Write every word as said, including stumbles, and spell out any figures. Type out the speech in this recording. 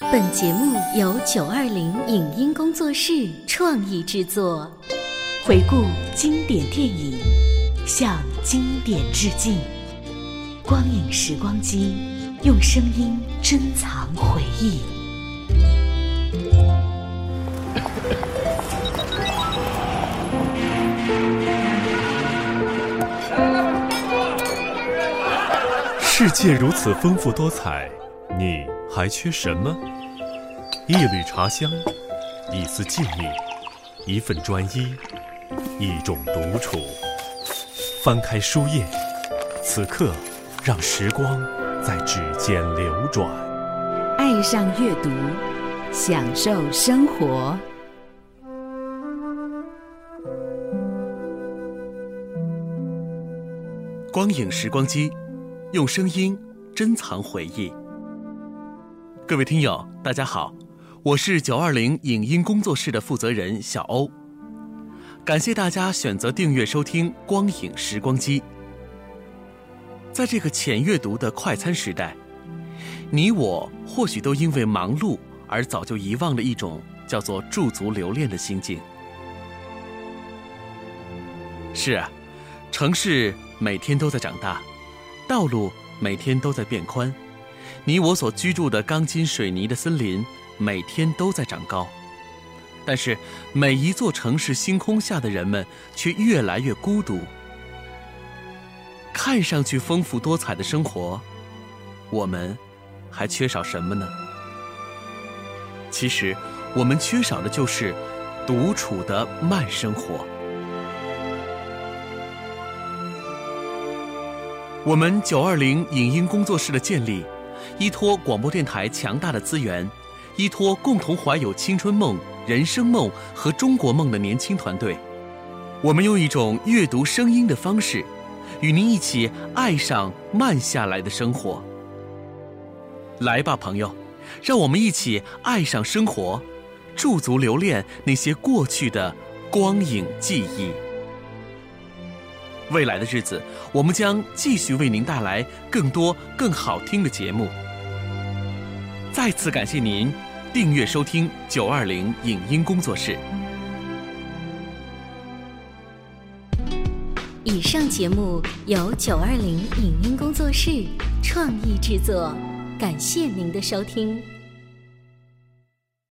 本节目由九二零影音工作室创意制作，回顾经典电影，向经典致敬。光影时光机，用声音珍藏回忆。 世界如此丰富多彩，你还缺什么？一缕茶香，一丝静谧，一份专一，一种独处。翻开书页，此刻让时光在指尖流转。 爱上阅读，享受生活。 光影时光机，用声音珍藏回忆。各位听友，大家好，我是九二零影音工作室的负责人小欧。感谢大家选择订阅收听光影时光机。在这个浅阅读的快餐时代，你我或许都因为忙碌而早就遗忘了一种叫做驻足留恋的心境。是啊，城市每天都在长大，道路每天都在变宽，你我所居住的钢筋水泥的森林每天都在长高，但是每一座城市星空下的人们却越来越孤独。看上去丰富多彩的生活，我们还缺少什么呢？其实我们缺少的就是独处的慢生活。我们九二零影音工作室的建立，依托广播电台强大的资源，依托共同怀有青春梦、人生梦和中国梦的年轻团队，我们用一种阅读声音的方式，与您一起爱上慢下来的生活。来吧，朋友，让我们一起爱上生活，驻足留恋那些过去的光影记忆。未来的日子，我们将继续为您带来更多更好听的节目。再次感谢您订阅收听九二零影音工作室。 以上节目由九二零影音工作室创意制作，感谢您的收听。